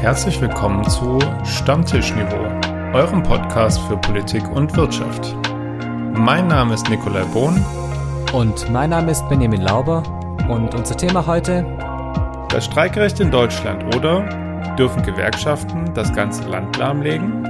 Herzlich willkommen zu Stammtischniveau, eurem Podcast für Politik und Wirtschaft. Mein Name ist Nikolai Bohn. Und mein Name ist Benjamin Lauber. Und unser Thema heute: Das Streikrecht in Deutschland, oder? Dürfen Gewerkschaften das ganze Land lahmlegen?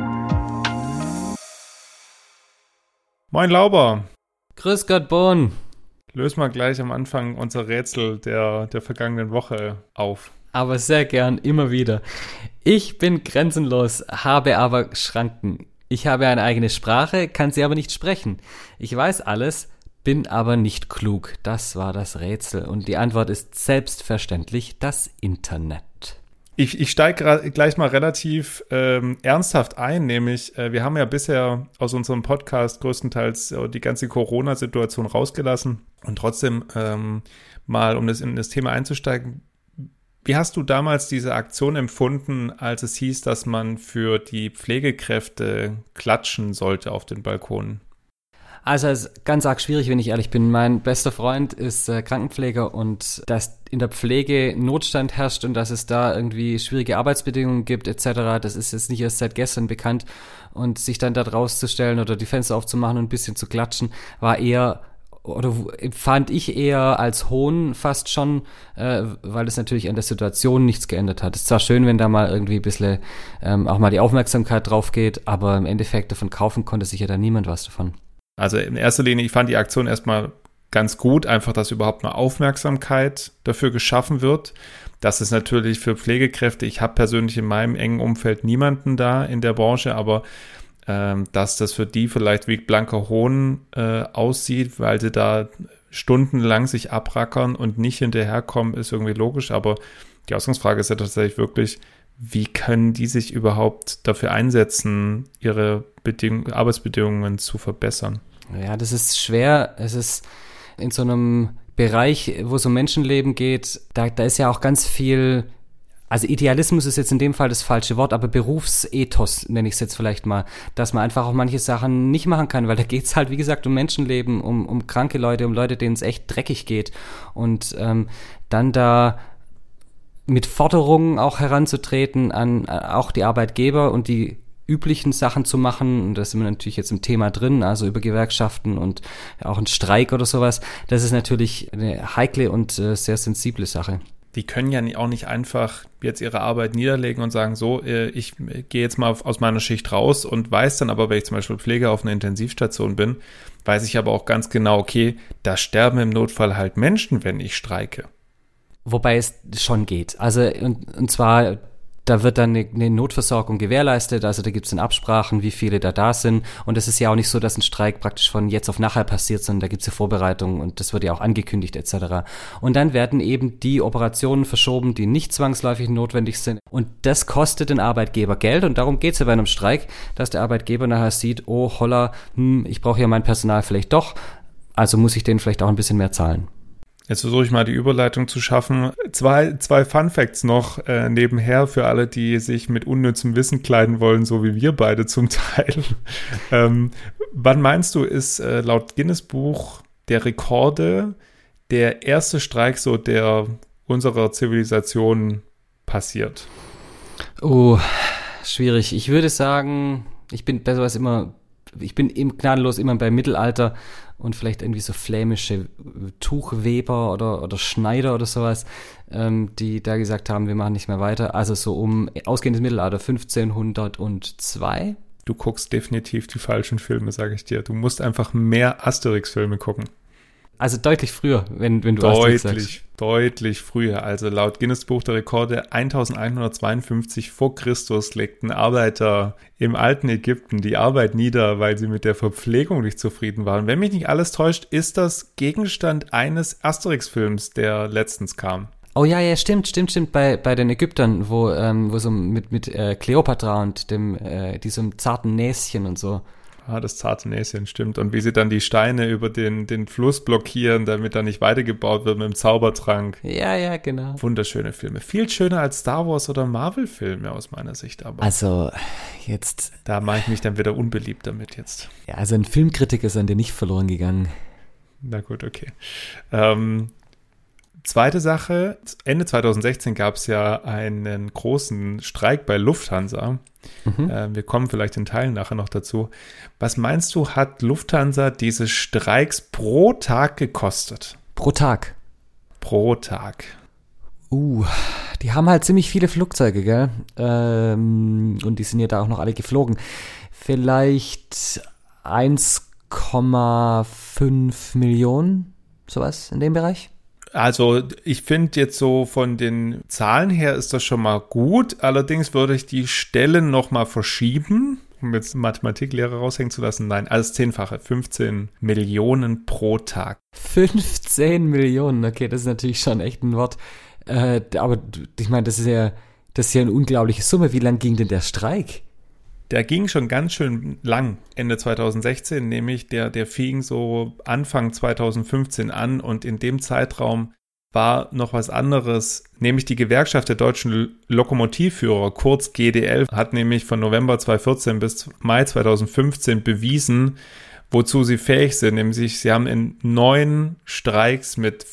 Moin Lauber. Grüß Gott, Bohn. Lösen wir gleich am Anfang unser Rätsel der vergangenen Woche auf. Aber sehr gern, immer wieder. Ich bin grenzenlos, habe aber Schranken. Ich habe eine eigene Sprache, kann sie aber nicht sprechen. Ich weiß alles, bin aber nicht klug. Das war das Rätsel. Und die Antwort ist selbstverständlich das Internet. Ich steige gleich mal relativ ernsthaft ein, nämlich wir haben ja bisher aus unserem Podcast größtenteils die ganze Corona-Situation rausgelassen. Und trotzdem mal, um in das Thema einzusteigen, wie hast du damals diese Aktion empfunden, als es hieß, dass man für die Pflegekräfte klatschen sollte auf den Balkonen? Also es ist ganz arg schwierig, wenn ich ehrlich bin. Mein bester Freund ist Krankenpfleger, und dass in der Pflege Notstand herrscht und dass es da irgendwie schwierige Arbeitsbedingungen gibt etc., das ist jetzt nicht erst seit gestern bekannt. Und sich dann da rauszustellen oder die Fenster aufzumachen und ein bisschen zu klatschen, war eher, oder fand ich eher als Hohn fast schon, weil es natürlich an der Situation nichts geändert hat. Es ist zwar schön, wenn da mal irgendwie ein bisschen auch mal die Aufmerksamkeit drauf geht, aber im Endeffekt davon kaufen konnte sich ja da niemand was davon. Also in erster Linie, ich fand die Aktion erstmal ganz gut, einfach, dass überhaupt eine Aufmerksamkeit dafür geschaffen wird. Das ist natürlich für Pflegekräfte, ich habe persönlich in meinem engen Umfeld niemanden da in der Branche, aber dass das für die vielleicht wie blanker Hohn aussieht, weil sie da stundenlang sich abrackern und nicht hinterherkommen, ist irgendwie logisch. Aber die Ausgangsfrage ist ja tatsächlich wirklich, wie können die sich überhaupt dafür einsetzen, ihre Arbeitsbedingungen zu verbessern? Ja, das ist schwer. Es ist in so einem Bereich, wo es um Menschenleben geht, da ist ja auch ganz viel. Also Idealismus ist jetzt in dem Fall das falsche Wort, aber Berufsethos nenne ich es jetzt vielleicht mal, dass man einfach auch manche Sachen nicht machen kann, weil da geht es halt, wie gesagt, um Menschenleben, um kranke Leute, um Leute, denen es echt dreckig geht. Und dann da mit Forderungen auch heranzutreten an auch die Arbeitgeber und die üblichen Sachen zu machen, und da sind wir natürlich jetzt im Thema drin, also über Gewerkschaften und auch ein Streik oder sowas, das ist natürlich eine heikle und sehr sensible Sache. Die können ja auch nicht einfach jetzt ihre Arbeit niederlegen und sagen, so, ich gehe jetzt mal aus meiner Schicht raus und weiß dann aber, wenn ich zum Beispiel Pfleger auf einer Intensivstation bin, weiß ich aber auch ganz genau, okay, da sterben im Notfall halt Menschen, wenn ich streike. Wobei es schon geht. Also und zwar, da wird dann eine Notversorgung gewährleistet, also da gibt es dann Absprachen, wie viele da sind, und es ist ja auch nicht so, dass ein Streik praktisch von jetzt auf nachher passiert, sondern da gibt es ja Vorbereitungen und das wird ja auch angekündigt etc. Und dann werden eben die Operationen verschoben, die nicht zwangsläufig notwendig sind, und das kostet den Arbeitgeber Geld, und darum geht es ja bei einem Streik, dass der Arbeitgeber nachher sieht, oh holla, ich brauche ja mein Personal vielleicht doch, also muss ich denen vielleicht auch ein bisschen mehr zahlen. Jetzt versuche ich mal die Überleitung zu schaffen. Zwei Fun Facts noch nebenher für alle, die sich mit unnützem Wissen kleiden wollen, so wie wir beide zum Teil. Wann meinst du, ist laut Guinness-Buch der Rekorde der erste Streik so der unserer Zivilisation passiert? Oh, schwierig. Ich würde sagen, ich bin eben gnadenlos immer beim Mittelalter und vielleicht irgendwie so flämische Tuchweber oder Schneider oder sowas, die da gesagt haben, wir machen nicht mehr weiter. Also so um ausgehendes Mittelalter 1502. Du guckst definitiv die falschen Filme, sage ich dir. Du musst einfach mehr Asterix-Filme gucken. Also deutlich früher, wenn du Asterix sagst. Deutlich früher. Also laut Guinness Buch der Rekorde 1152 vor Christus legten Arbeiter im alten Ägypten die Arbeit nieder, weil sie mit der Verpflegung nicht zufrieden waren. Wenn mich nicht alles täuscht, ist das Gegenstand eines Asterix-Films, der letztens kam. Oh ja, stimmt. Bei den Ägyptern, wo so mit Kleopatra und diesem zarten Näschen und so. Ah, das zarte Näschen, stimmt. Und wie sie dann die Steine über den Fluss blockieren, damit da nicht weitergebaut wird mit dem Zaubertrank. Ja, genau. Wunderschöne Filme. Viel schöner als Star Wars oder Marvel-Filme aus meiner Sicht. Aber also jetzt... Da mache ich mich dann wieder unbeliebt damit jetzt. Ja, also ein Filmkritiker ist an dir nicht verloren gegangen. Na gut, okay. Zweite Sache, Ende 2016 gab es ja einen großen Streik bei Lufthansa. Wir kommen vielleicht in Teilen nachher noch dazu. Was meinst du, hat Lufthansa diese Streiks pro Tag gekostet? Pro Tag? Pro Tag. Die haben halt ziemlich viele Flugzeuge, gell? Und die sind ja da auch noch alle geflogen. Vielleicht 1,5 Millionen, sowas in dem Bereich? Also ich finde jetzt so von den Zahlen her ist das schon mal gut. Allerdings würde ich die Stellen noch mal verschieben, um jetzt einen Mathematiklehrer raushängen zu lassen. Nein, alles 10-fache, 15 Millionen pro Tag. 15 Millionen, okay, das ist natürlich schon echt ein Wort. Aber ich meine, das ist ja eine unglaubliche Summe. Wie lang ging denn der Streik? Der ging schon ganz schön lang, Ende 2016, nämlich der fing so Anfang 2015 an und in dem Zeitraum war noch was anderes, nämlich die Gewerkschaft der deutschen Lokomotivführer, kurz GDL, hat nämlich von November 2014 bis Mai 2015 bewiesen, wozu sie fähig sind, nämlich sie haben in 9 Streiks mit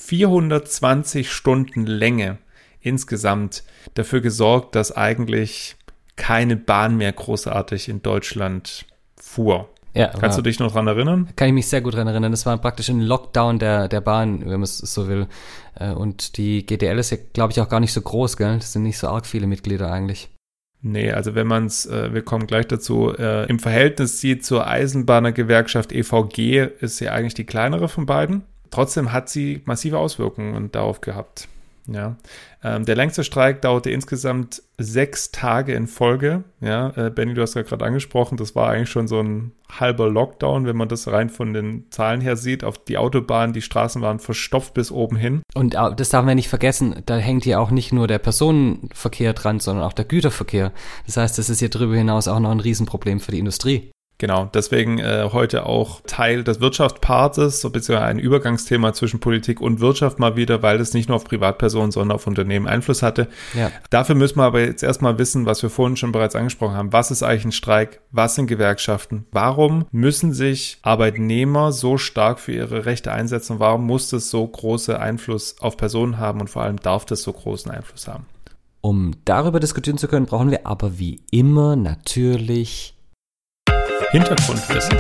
420 Stunden Länge insgesamt dafür gesorgt, dass eigentlich keine Bahn mehr großartig in Deutschland fuhr. Ja, Kannst du dich noch dran erinnern? Kann ich mich sehr gut dran erinnern. Das war praktisch ein Lockdown der Bahn, wenn man es so will. Und die GDL ist ja, glaube ich, auch gar nicht so groß, gell? Das sind nicht so arg viele Mitglieder eigentlich. Nee, also wenn man es, wir kommen gleich dazu, im Verhältnis sieht zur Eisenbahnergewerkschaft EVG, ist sie eigentlich die kleinere von beiden. Trotzdem hat sie massive Auswirkungen darauf gehabt. Ja, der längste Streik dauerte insgesamt 6 Tage in Folge. Ja, Benni, du hast ja gerade angesprochen, das war eigentlich schon so ein halber Lockdown, wenn man das rein von den Zahlen her sieht. Auf die Autobahn, die Straßen waren verstopft bis oben hin. Und das darf man nicht vergessen, da hängt ja auch nicht nur der Personenverkehr dran, sondern auch der Güterverkehr. Das heißt, das ist hier darüber hinaus auch noch ein Riesenproblem für die Industrie. Genau, deswegen heute auch Teil des Wirtschaftspartes, so beziehungsweise ein Übergangsthema zwischen Politik und Wirtschaft mal wieder, weil es nicht nur auf Privatpersonen, sondern auf Unternehmen Einfluss hatte. Ja. Dafür müssen wir aber jetzt erstmal wissen, was wir vorhin schon bereits angesprochen haben. Was ist eigentlich ein Streik? Was sind Gewerkschaften? Warum müssen sich Arbeitnehmer so stark für ihre Rechte einsetzen? Und warum muss das so großen Einfluss auf Personen haben und vor allem darf das so großen Einfluss haben? Um darüber diskutieren zu können, brauchen wir aber wie immer natürlich Hintergrundwissen.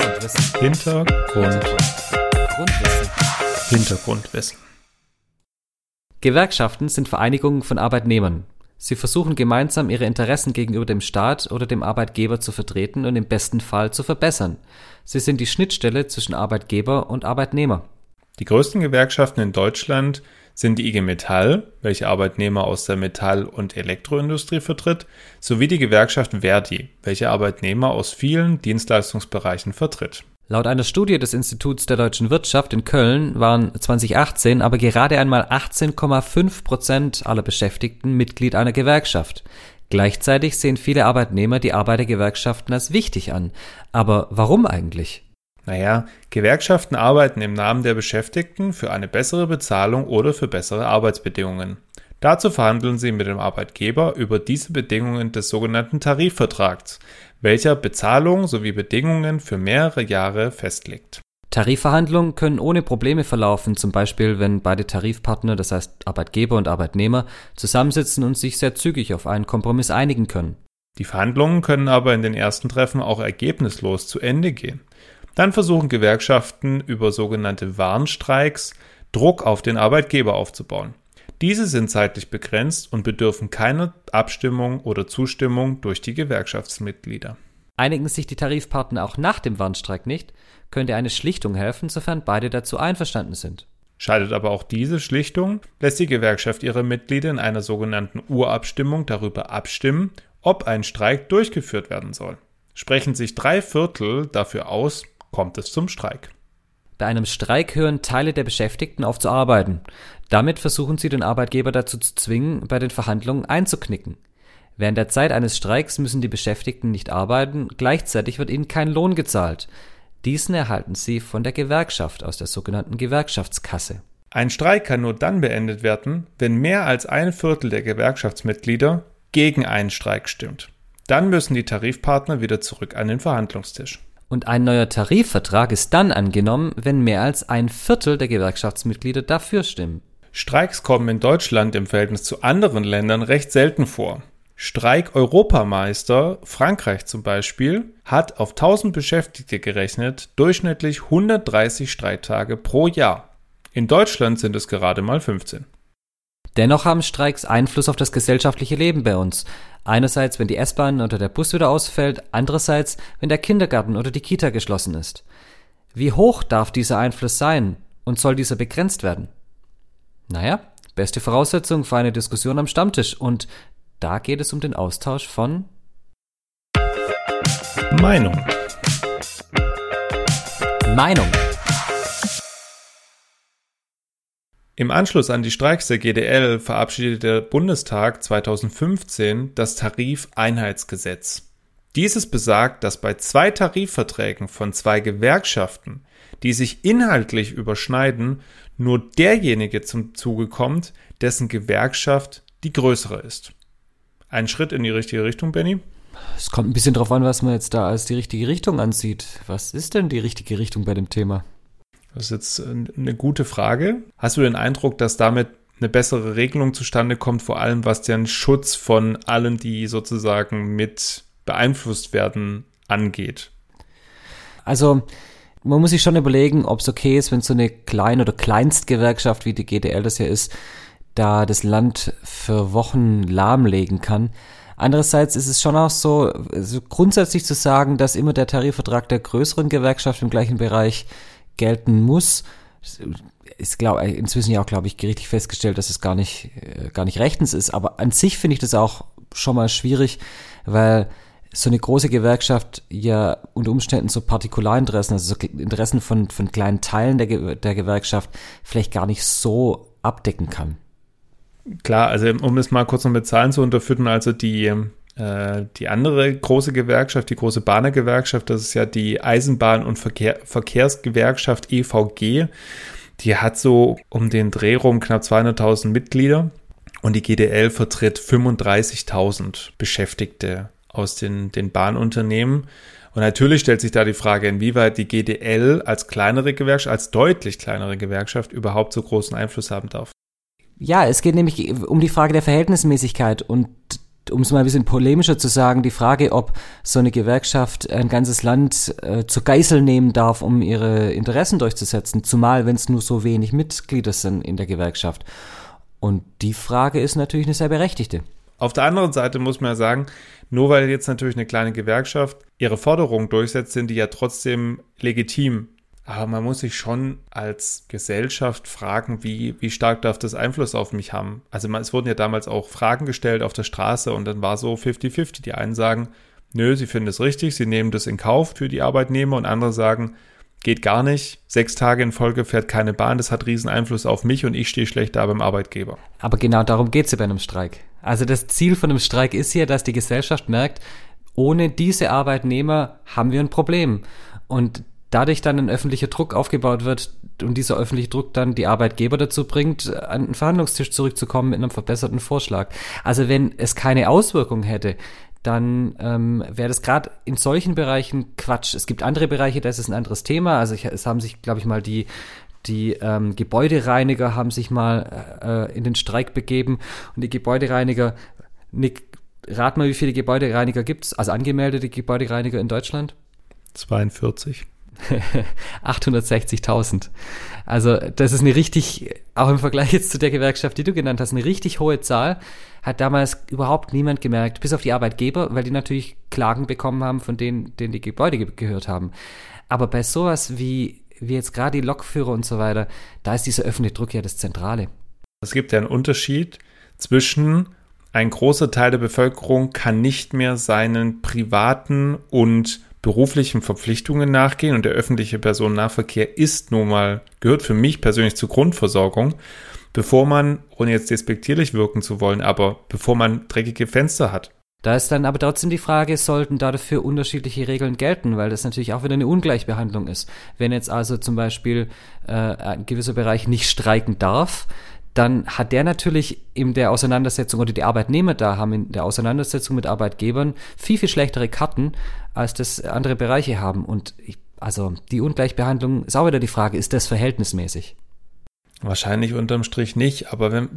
Hintergrundwissen. Gewerkschaften sind Vereinigungen von Arbeitnehmern. Sie versuchen gemeinsam ihre Interessen gegenüber dem Staat oder dem Arbeitgeber zu vertreten und im besten Fall zu verbessern. Sie sind die Schnittstelle zwischen Arbeitgeber und Arbeitnehmer. Die größten Gewerkschaften in Deutschland sind die IG Metall, welche Arbeitnehmer aus der Metall- und Elektroindustrie vertritt, sowie die Gewerkschaft Verdi, welche Arbeitnehmer aus vielen Dienstleistungsbereichen vertritt. Laut einer Studie des Instituts der deutschen Wirtschaft in Köln waren 2018 aber gerade einmal 18,5% aller Beschäftigten Mitglied einer Gewerkschaft. Gleichzeitig sehen viele Arbeitnehmer die Arbeitergewerkschaften als wichtig an. Aber warum eigentlich? Naja, Gewerkschaften arbeiten im Namen der Beschäftigten für eine bessere Bezahlung oder für bessere Arbeitsbedingungen. Dazu verhandeln sie mit dem Arbeitgeber über diese Bedingungen des sogenannten Tarifvertrags, welcher Bezahlung sowie Bedingungen für mehrere Jahre festlegt. Tarifverhandlungen können ohne Probleme verlaufen, zum Beispiel wenn beide Tarifpartner, das heißt Arbeitgeber und Arbeitnehmer, zusammensitzen und sich sehr zügig auf einen Kompromiss einigen können. Die Verhandlungen können aber in den ersten Treffen auch ergebnislos zu Ende gehen. Dann versuchen Gewerkschaften über sogenannte Warnstreiks Druck auf den Arbeitgeber aufzubauen. Diese sind zeitlich begrenzt und bedürfen keiner Abstimmung oder Zustimmung durch die Gewerkschaftsmitglieder. Einigen sich die Tarifpartner auch nach dem Warnstreik nicht, könnte eine Schlichtung helfen, sofern beide dazu einverstanden sind. Scheidet aber auch diese Schlichtung, lässt die Gewerkschaft ihre Mitglieder in einer sogenannten Urabstimmung darüber abstimmen, ob ein Streik durchgeführt werden soll. Sprechen sich 3/4 dafür aus, kommt es zum Streik. Bei einem Streik hören Teile der Beschäftigten auf zu arbeiten. Damit versuchen sie den Arbeitgeber dazu zu zwingen, bei den Verhandlungen einzuknicken. Während der Zeit eines Streiks müssen die Beschäftigten nicht arbeiten, gleichzeitig wird ihnen kein Lohn gezahlt. Diesen erhalten sie von der Gewerkschaft aus der sogenannten Gewerkschaftskasse. Ein Streik kann nur dann beendet werden, wenn mehr als 1/4 der Gewerkschaftsmitglieder gegen einen Streik stimmt. Dann müssen die Tarifpartner wieder zurück an den Verhandlungstisch. Und ein neuer Tarifvertrag ist dann angenommen, wenn mehr als 1/4 der Gewerkschaftsmitglieder dafür stimmen. Streiks kommen in Deutschland im Verhältnis zu anderen Ländern recht selten vor. Streik-Europameister Frankreich zum Beispiel hat auf 1000 Beschäftigte gerechnet durchschnittlich 130 Streiktage pro Jahr. In Deutschland sind es gerade mal 15. Dennoch haben Streiks Einfluss auf das gesellschaftliche Leben bei uns. Einerseits, wenn die S-Bahn oder der Bus wieder ausfällt, andererseits, wenn der Kindergarten oder die Kita geschlossen ist. Wie hoch darf dieser Einfluss sein und soll dieser begrenzt werden? Naja, beste Voraussetzung für eine Diskussion am Stammtisch, und da geht es um den Austausch von Meinung. Im Anschluss an die Streiks der GdL verabschiedete der Bundestag 2015 das Tarifeinheitsgesetz. Dieses besagt, dass bei 2 Tarifverträgen von 2 Gewerkschaften, die sich inhaltlich überschneiden, nur derjenige zum Zuge kommt, dessen Gewerkschaft die größere ist. Ein Schritt in die richtige Richtung, Benny? Es kommt ein bisschen drauf an, was man jetzt da als die richtige Richtung ansieht. Was ist denn die richtige Richtung bei dem Thema? Das ist jetzt eine gute Frage. Hast du den Eindruck, dass damit eine bessere Regelung zustande kommt, vor allem was den Schutz von allen, die sozusagen mit beeinflusst werden, angeht? Also, man muss sich schon überlegen, ob es okay ist, wenn so eine Klein- oder Kleinstgewerkschaft, wie die GdL das ja ist, da das Land für Wochen lahmlegen kann. Andererseits ist es schon auch so grundsätzlich zu sagen, dass immer der Tarifvertrag der größeren Gewerkschaft im gleichen Bereich gelten muss. Ist inzwischen ja auch, glaube ich, gerichtlich festgestellt, dass es gar nicht rechtens ist. Aber an sich finde ich das auch schon mal schwierig, weil so eine große Gewerkschaft ja unter Umständen so Partikularinteressen, also so Interessen von kleinen Teilen der Gewerkschaft vielleicht gar nicht so abdecken kann. Klar, also um es mal kurz noch mit Zahlen zu unterfüttern, also die andere große Gewerkschaft, die große Bahnergewerkschaft, das ist ja die Eisenbahn- und Verkehrsgewerkschaft EVG, die hat so um den Dreh rum knapp 200.000 Mitglieder und die GdL vertritt 35.000 Beschäftigte aus den Bahnunternehmen. Und natürlich stellt sich da die Frage, inwieweit die GdL als deutlich kleinere Gewerkschaft überhaupt so großen Einfluss haben darf. Ja, es geht nämlich um die Frage der Verhältnismäßigkeit und um es mal ein bisschen polemischer zu sagen, die Frage, ob so eine Gewerkschaft ein ganzes Land zur Geißel nehmen darf, um ihre Interessen durchzusetzen, zumal wenn es nur so wenig Mitglieder sind in der Gewerkschaft. Und die Frage ist natürlich eine sehr berechtigte. Auf der anderen Seite muss man ja sagen, nur weil jetzt natürlich eine kleine Gewerkschaft ihre Forderungen durchsetzt, sind die ja trotzdem legitim. Aber man muss sich schon als Gesellschaft fragen, wie stark darf das Einfluss auf mich haben? Also es wurden ja damals auch Fragen gestellt auf der Straße und dann war so 50-50. Die einen sagen, nö, sie finden es richtig, sie nehmen das in Kauf für die Arbeitnehmer, und andere sagen, geht gar nicht, 6 Tage in Folge fährt keine Bahn, das hat riesen Einfluss auf mich und ich stehe schlecht da beim Arbeitgeber. Aber genau darum geht es ja bei einem Streik. Also das Ziel von einem Streik ist ja, dass die Gesellschaft merkt, ohne diese Arbeitnehmer haben wir ein Problem. Und dadurch dann ein öffentlicher Druck aufgebaut wird und dieser öffentliche Druck dann die Arbeitgeber dazu bringt, an den Verhandlungstisch zurückzukommen mit einem verbesserten Vorschlag. Also wenn es keine Auswirkung hätte, dann wäre das gerade in solchen Bereichen Quatsch. Es gibt andere Bereiche, da ist es ein anderes Thema. Also es haben sich, glaube ich, mal die Gebäudereiniger haben sich mal in den Streik begeben, und die Gebäudereiniger, Nick, rat mal, wie viele Gebäudereiniger gibt's, also angemeldete Gebäudereiniger in Deutschland? 42. 860.000. Also das ist eine richtig, auch im Vergleich jetzt zu der Gewerkschaft, die du genannt hast, eine richtig hohe Zahl. Hat damals überhaupt niemand gemerkt, bis auf die Arbeitgeber, weil die natürlich Klagen bekommen haben von denen die Gebäude gehört haben. Aber bei sowas wie jetzt gerade die Lokführer und so weiter, da ist dieser öffentliche Druck ja das Zentrale. Es gibt ja einen Unterschied zwischen ein großer Teil der Bevölkerung kann nicht mehr seinen privaten und beruflichen Verpflichtungen nachgehen, und der öffentliche Personennahverkehr gehört für mich persönlich zur Grundversorgung, bevor man, ohne jetzt despektierlich wirken zu wollen, aber bevor man dreckige Fenster hat. Da ist dann aber trotzdem die Frage, sollten dafür unterschiedliche Regeln gelten, weil das natürlich auch wieder eine Ungleichbehandlung ist. Wenn jetzt also zum Beispiel ein gewisser Bereich nicht streiken darf, dann hat der natürlich in der Auseinandersetzung, oder die Arbeitnehmer da haben in der Auseinandersetzung mit Arbeitgebern viel, viel schlechtere Karten, als das andere Bereiche haben. Und also die Ungleichbehandlung ist auch wieder die Frage, ist das verhältnismäßig? Wahrscheinlich unterm Strich nicht, aber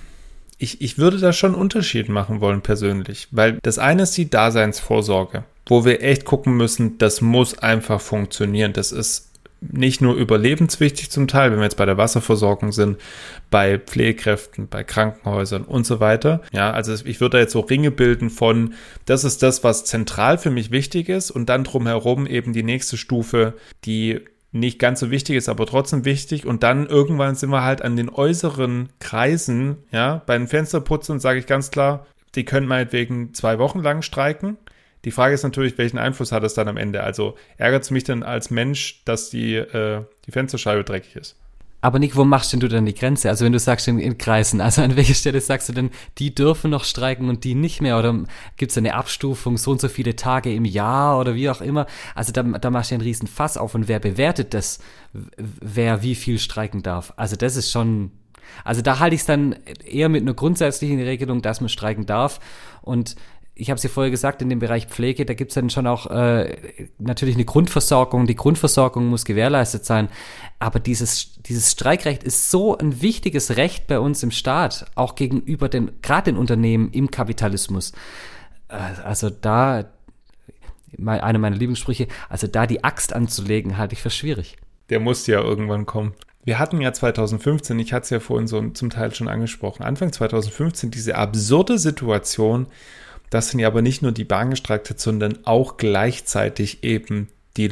ich würde da schon einen Unterschied machen wollen persönlich, weil das eine ist die Daseinsvorsorge, wo wir echt gucken müssen, das muss einfach funktionieren. Das ist nicht nur überlebenswichtig zum Teil, wenn wir jetzt bei der Wasserversorgung sind, bei Pflegekräften, bei Krankenhäusern und so weiter. Ja, also ich würde da jetzt so Ringe bilden von, das ist das, was zentral für mich wichtig ist und dann drumherum eben die nächste Stufe, die nicht ganz so wichtig ist, aber trotzdem wichtig. Und dann irgendwann sind wir halt an den äußeren Kreisen, ja, bei den Fensterputzen sage ich ganz klar, die können meinetwegen 2 Wochen lang streiken. Die Frage ist natürlich, welchen Einfluss hat es dann am Ende? Also ärgert es mich dann als Mensch, dass die Fensterscheibe dreckig ist? Aber Nick, wo machst denn du dann die Grenze? Also wenn du sagst in Kreisen, also an welcher Stelle sagst du denn, die dürfen noch streiken und die nicht mehr? Oder gibt es eine Abstufung, so und so viele Tage im Jahr oder wie auch immer? Also da machst du einen riesen Fass auf und wer bewertet das, wer wie viel streiken darf? Also das ist schon, also da halte ich es dann eher mit einer grundsätzlichen Regelung, dass man streiken darf. Und ich habe es ja vorher gesagt, in dem Bereich Pflege, da gibt es dann schon auch natürlich eine Grundversorgung. Die Grundversorgung muss gewährleistet sein. Aber dieses Streikrecht ist so ein wichtiges Recht bei uns im Staat, auch gegenüber gerade den Unternehmen im Kapitalismus. Also da, einer meiner Lieblingssprüche, also da die Axt anzulegen, halte ich für schwierig. Der musste ja irgendwann kommen. Wir hatten ja 2015, ich hatte es ja vorhin so zum Teil schon angesprochen, Anfang 2015 diese absurde Situation, dass dann ja aber nicht nur die Bahn gestreikt hat, sondern auch gleichzeitig eben die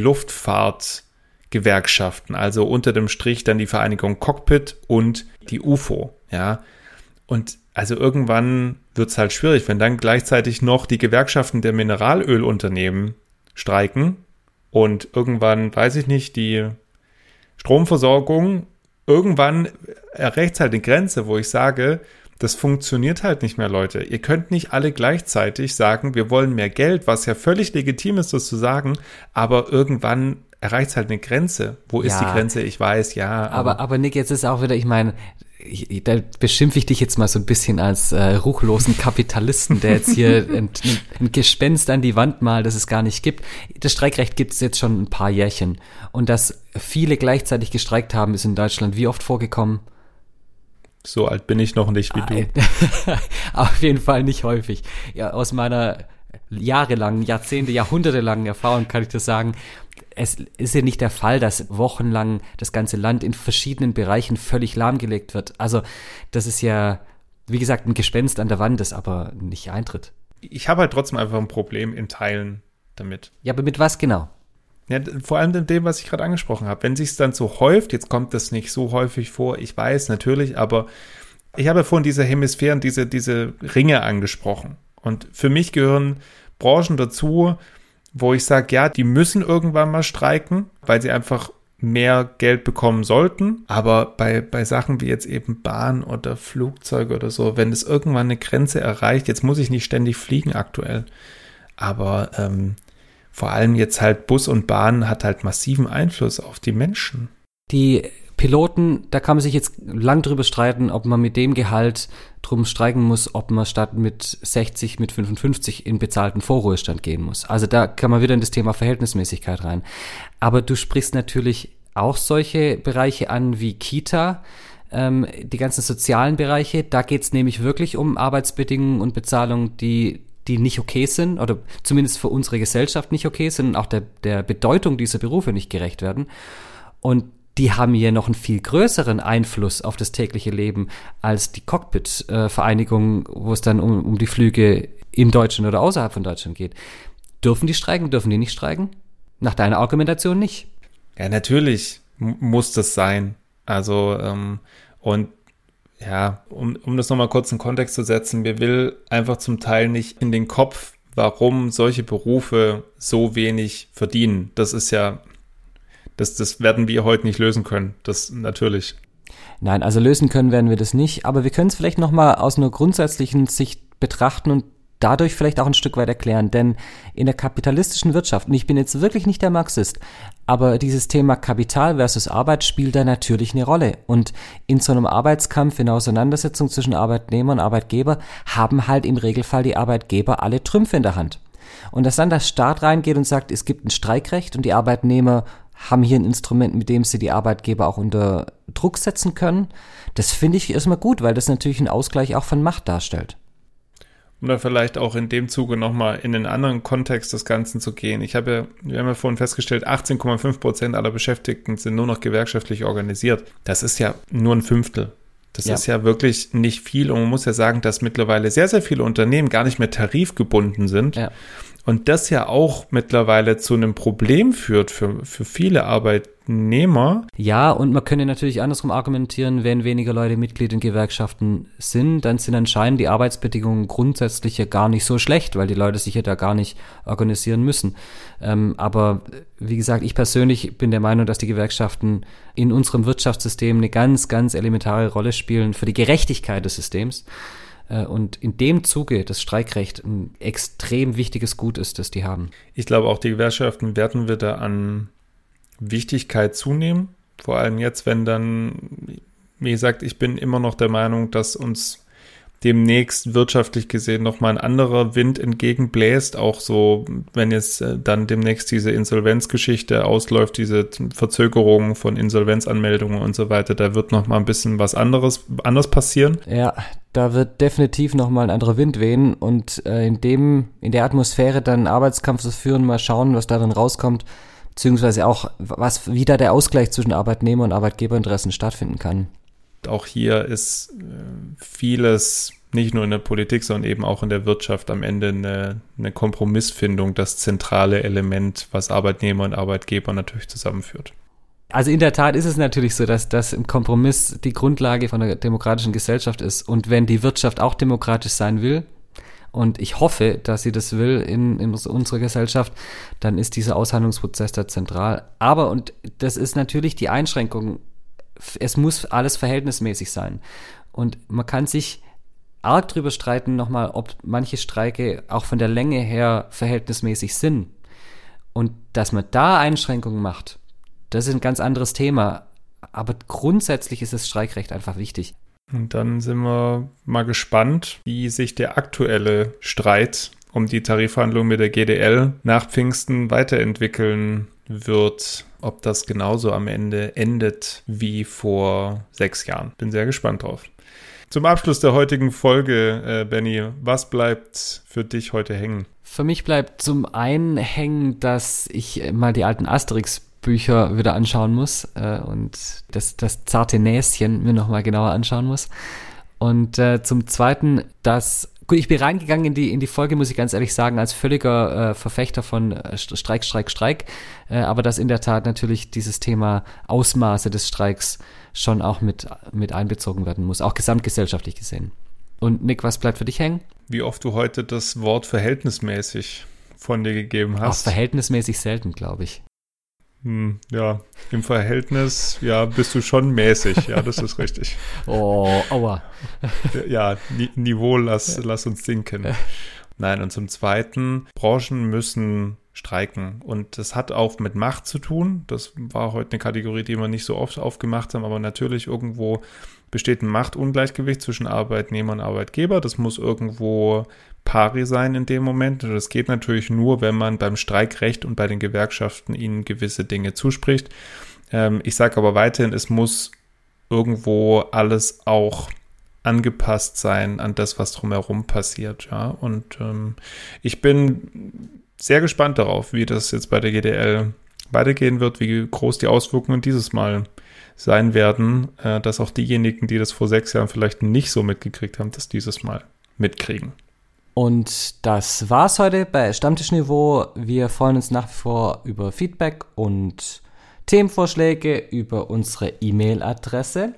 Luftfahrtgewerkschaften, also unter dem Strich dann die Vereinigung Cockpit und die UFO, ja. Und also irgendwann wird es halt schwierig, wenn dann gleichzeitig noch die Gewerkschaften der Mineralölunternehmen streiken und irgendwann, weiß ich nicht, die Stromversorgung, irgendwann erreicht es halt eine Grenze, wo ich sage, das funktioniert halt nicht mehr, Leute. Ihr könnt nicht alle gleichzeitig sagen, wir wollen mehr Geld, was ja völlig legitim ist, das zu sagen, aber irgendwann erreicht es halt eine Grenze. Wo ist die Grenze? Ich weiß, ja. Aber Nick, jetzt ist auch wieder, ich meine, da beschimpfe ich dich jetzt mal so ein bisschen als ruchlosen Kapitalisten, der jetzt hier ein Gespenst an die Wand malt, das es gar nicht gibt. Das Streikrecht gibt es jetzt schon ein paar Jährchen. Und dass viele gleichzeitig gestreikt haben, ist in Deutschland wie oft vorgekommen? So alt bin ich noch nicht wie du. Auf jeden Fall nicht häufig. Ja, aus meiner jahrelangen, jahrhundertelangen Erfahrung kann ich das sagen. Es ist ja nicht der Fall, dass wochenlang das ganze Land in verschiedenen Bereichen völlig lahmgelegt wird. Also das ist ja, wie gesagt, ein Gespenst an der Wand, das aber nicht eintritt. Ich habe halt trotzdem einfach ein Problem in Teilen damit. Ja, aber mit was genau? Ja, vor allem in dem, was ich gerade angesprochen habe. Wenn sich es dann so häuft, jetzt kommt das nicht so häufig vor, ich weiß natürlich, aber ich habe ja vorhin diese Hemisphären, diese Ringe angesprochen. Und für mich gehören Branchen dazu, wo ich sage, ja, die müssen irgendwann mal streiken, weil sie einfach mehr Geld bekommen sollten. Aber bei Sachen wie jetzt eben Bahn oder Flugzeuge oder so, wenn es irgendwann eine Grenze erreicht, jetzt muss ich nicht ständig fliegen aktuell, aber vor allem jetzt halt Bus und Bahn hat halt massiven Einfluss auf die Menschen. Die Piloten, da kann man sich jetzt lang drüber streiten, ob man mit dem Gehalt drum streiken muss, ob man statt mit 60, mit 55 in bezahlten Vorruhestand gehen muss. Also da kann man wieder in das Thema Verhältnismäßigkeit rein. Aber du sprichst natürlich auch solche Bereiche an wie Kita, die ganzen sozialen Bereiche. Da geht es nämlich wirklich um Arbeitsbedingungen und Bezahlung, die nicht okay sind oder zumindest für unsere Gesellschaft nicht okay sind und auch der Bedeutung dieser Berufe nicht gerecht werden. Und die haben hier noch einen viel größeren Einfluss auf das tägliche Leben als die Cockpit-Vereinigung, wo es dann um die Flüge in Deutschland oder außerhalb von Deutschland geht. Dürfen die streiken, dürfen die nicht streiken? Nach deiner Argumentation nicht. Ja, natürlich muss das sein. Also, und ja, um das nochmal kurz in Kontext zu setzen, mir will einfach zum Teil nicht in den Kopf, warum solche Berufe so wenig verdienen. Das ist ja, das werden wir heute nicht lösen können. Das natürlich. Nein, also lösen können werden wir das nicht, aber wir können es vielleicht nochmal aus einer grundsätzlichen Sicht betrachten und dadurch vielleicht auch ein Stück weit erklären, denn in der kapitalistischen Wirtschaft, und ich bin jetzt wirklich nicht der Marxist, aber dieses Thema Kapital versus Arbeit spielt da natürlich eine Rolle. Und in so einem Arbeitskampf, in der Auseinandersetzung zwischen Arbeitnehmer und Arbeitgeber, haben halt im Regelfall die Arbeitgeber alle Trümpfe in der Hand. Und dass dann der Staat reingeht und sagt, es gibt ein Streikrecht und die Arbeitnehmer haben hier ein Instrument, mit dem sie die Arbeitgeber auch unter Druck setzen können. Das finde ich erstmal gut, weil das natürlich einen Ausgleich auch von Macht darstellt. Um da vielleicht auch in dem Zuge nochmal in einen anderen Kontext des Ganzen zu gehen. Wir haben ja vorhin festgestellt, 18,5% aller Beschäftigten sind nur noch gewerkschaftlich organisiert. Das ist ja nur ein Fünftel. Das ist ja wirklich nicht viel. Und man muss ja sagen, dass mittlerweile sehr, sehr viele Unternehmen gar nicht mehr tarifgebunden sind. Ja. Und das ja auch mittlerweile zu einem Problem führt für viele Arbeitnehmer. Ja, und man könnte natürlich andersrum argumentieren, wenn weniger Leute Mitglied in Gewerkschaften sind, dann sind anscheinend die Arbeitsbedingungen grundsätzlich ja gar nicht so schlecht, weil die Leute sich ja da gar nicht organisieren müssen. Aber wie gesagt, ich persönlich bin der Meinung, dass die Gewerkschaften in unserem Wirtschaftssystem eine ganz, ganz elementare Rolle spielen für die Gerechtigkeit des Systems. Und in dem Zuge das Streikrecht ein extrem wichtiges Gut ist, das die haben. Ich glaube, auch die Gewerkschaften werden wieder an Wichtigkeit zunehmen. Vor allem jetzt, wenn dann, wie gesagt, ich bin immer noch der Meinung, dass uns demnächst wirtschaftlich gesehen nochmal ein anderer Wind entgegenbläst. Auch so, wenn jetzt dann demnächst diese Insolvenzgeschichte ausläuft, diese Verzögerung von Insolvenzanmeldungen und so weiter, da wird nochmal ein bisschen was anders passieren. Ja, da wird definitiv nochmal ein anderer Wind wehen und in der Atmosphäre dann einen Arbeitskampf zu führen, mal schauen, was da dann rauskommt, beziehungsweise auch, wie da der Ausgleich zwischen Arbeitnehmer- und Arbeitgeberinteressen stattfinden kann. Auch hier ist vieles, nicht nur in der Politik, sondern eben auch in der Wirtschaft am Ende eine Kompromissfindung, das zentrale Element, was Arbeitnehmer und Arbeitgeber natürlich zusammenführt. Also in der Tat ist es natürlich so, dass das im Kompromiss die Grundlage von einer demokratischen Gesellschaft ist. Und wenn die Wirtschaft auch demokratisch sein will, und ich hoffe, dass sie das will in unserer Gesellschaft, dann ist dieser Aushandlungsprozess da zentral. Aber, und das ist natürlich die Einschränkung, es muss alles verhältnismäßig sein. Und man kann sich arg drüber streiten nochmal, ob manche Streike auch von der Länge her verhältnismäßig sind. Und dass man da Einschränkungen macht, das ist ein ganz anderes Thema. Aber grundsätzlich ist das Streikrecht einfach wichtig. Und dann sind wir mal gespannt, wie sich der aktuelle Streit um die Tarifverhandlungen mit der GdL nach Pfingsten weiterentwickeln wird, ob das genauso am Ende endet wie vor 6 Jahren. Bin sehr gespannt drauf. Zum Abschluss der heutigen Folge, Benny, was bleibt für dich heute hängen? Für mich bleibt zum einen hängen, dass ich mal die alten Asterix-Bücher wieder anschauen muss und das zarte Näschen mir nochmal genauer anschauen muss. Und zum Zweiten, dass gut, ich bin reingegangen in die Folge, muss ich ganz ehrlich sagen, als völliger Verfechter von Streik, aber dass in der Tat natürlich dieses Thema Ausmaße des Streiks schon auch mit einbezogen werden muss, auch gesamtgesellschaftlich gesehen. Und Nick, was bleibt für dich hängen? Wie oft du heute das Wort verhältnismäßig von dir gegeben hast. Auch verhältnismäßig selten, glaube ich. Ja, im Verhältnis, ja, bist du schon mäßig, ja, das ist richtig. Oh, aua. Ja, Niveau, lass uns sinken. Nein, und zum Zweiten, Branchen müssen streiken und das hat auch mit Macht zu tun. Das war heute eine Kategorie, die wir nicht so oft aufgemacht haben, aber natürlich irgendwo besteht ein Machtungleichgewicht zwischen Arbeitnehmer und Arbeitgeber. Das muss irgendwo pari sein in dem Moment. Und das geht natürlich nur, wenn man beim Streikrecht und bei den Gewerkschaften ihnen gewisse Dinge zuspricht. Ich sage aber weiterhin, es muss irgendwo alles auch angepasst sein an das, was drumherum passiert. Ja? Und ich bin sehr gespannt darauf, wie das jetzt bei der GdL weitergehen wird, wie groß die Auswirkungen dieses Mal sein werden, dass auch diejenigen, die das vor 6 Jahren vielleicht nicht so mitgekriegt haben, das dieses Mal mitkriegen. Und das war's heute bei Stammtischniveau. Wir freuen uns nach wie vor über Feedback und Themenvorschläge über unsere E-Mail-Adresse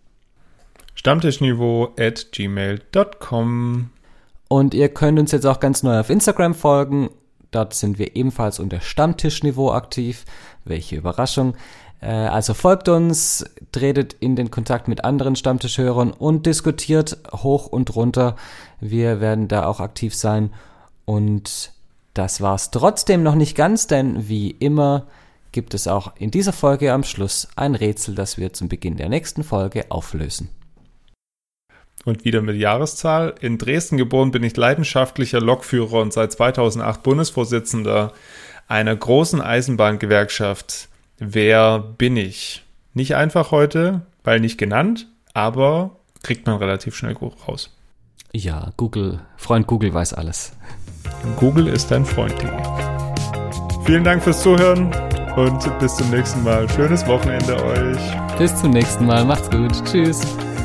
stammtischniveau@gmail.com. Und ihr könnt uns jetzt auch ganz neu auf Instagram folgen. Dort sind wir ebenfalls unter Stammtischniveau aktiv. Welche Überraschung. Also folgt uns, tretet in den Kontakt mit anderen Stammtischhörern und diskutiert hoch und runter. Wir werden da auch aktiv sein. Und das war's trotzdem noch nicht ganz, denn wie immer gibt es auch in dieser Folge am Schluss ein Rätsel, das wir zum Beginn der nächsten Folge auflösen. Und wieder mit Jahreszahl. In Dresden geboren bin ich leidenschaftlicher Lokführer und seit 2008 Bundesvorsitzender einer großen Eisenbahngewerkschaft, wer bin ich? Nicht einfach heute, weil nicht genannt, aber kriegt man relativ schnell raus. Ja, Freund Google weiß alles. Google ist dein Freund. Vielen Dank fürs Zuhören und bis zum nächsten Mal. Schönes Wochenende euch. Bis zum nächsten Mal. Macht's gut. Tschüss.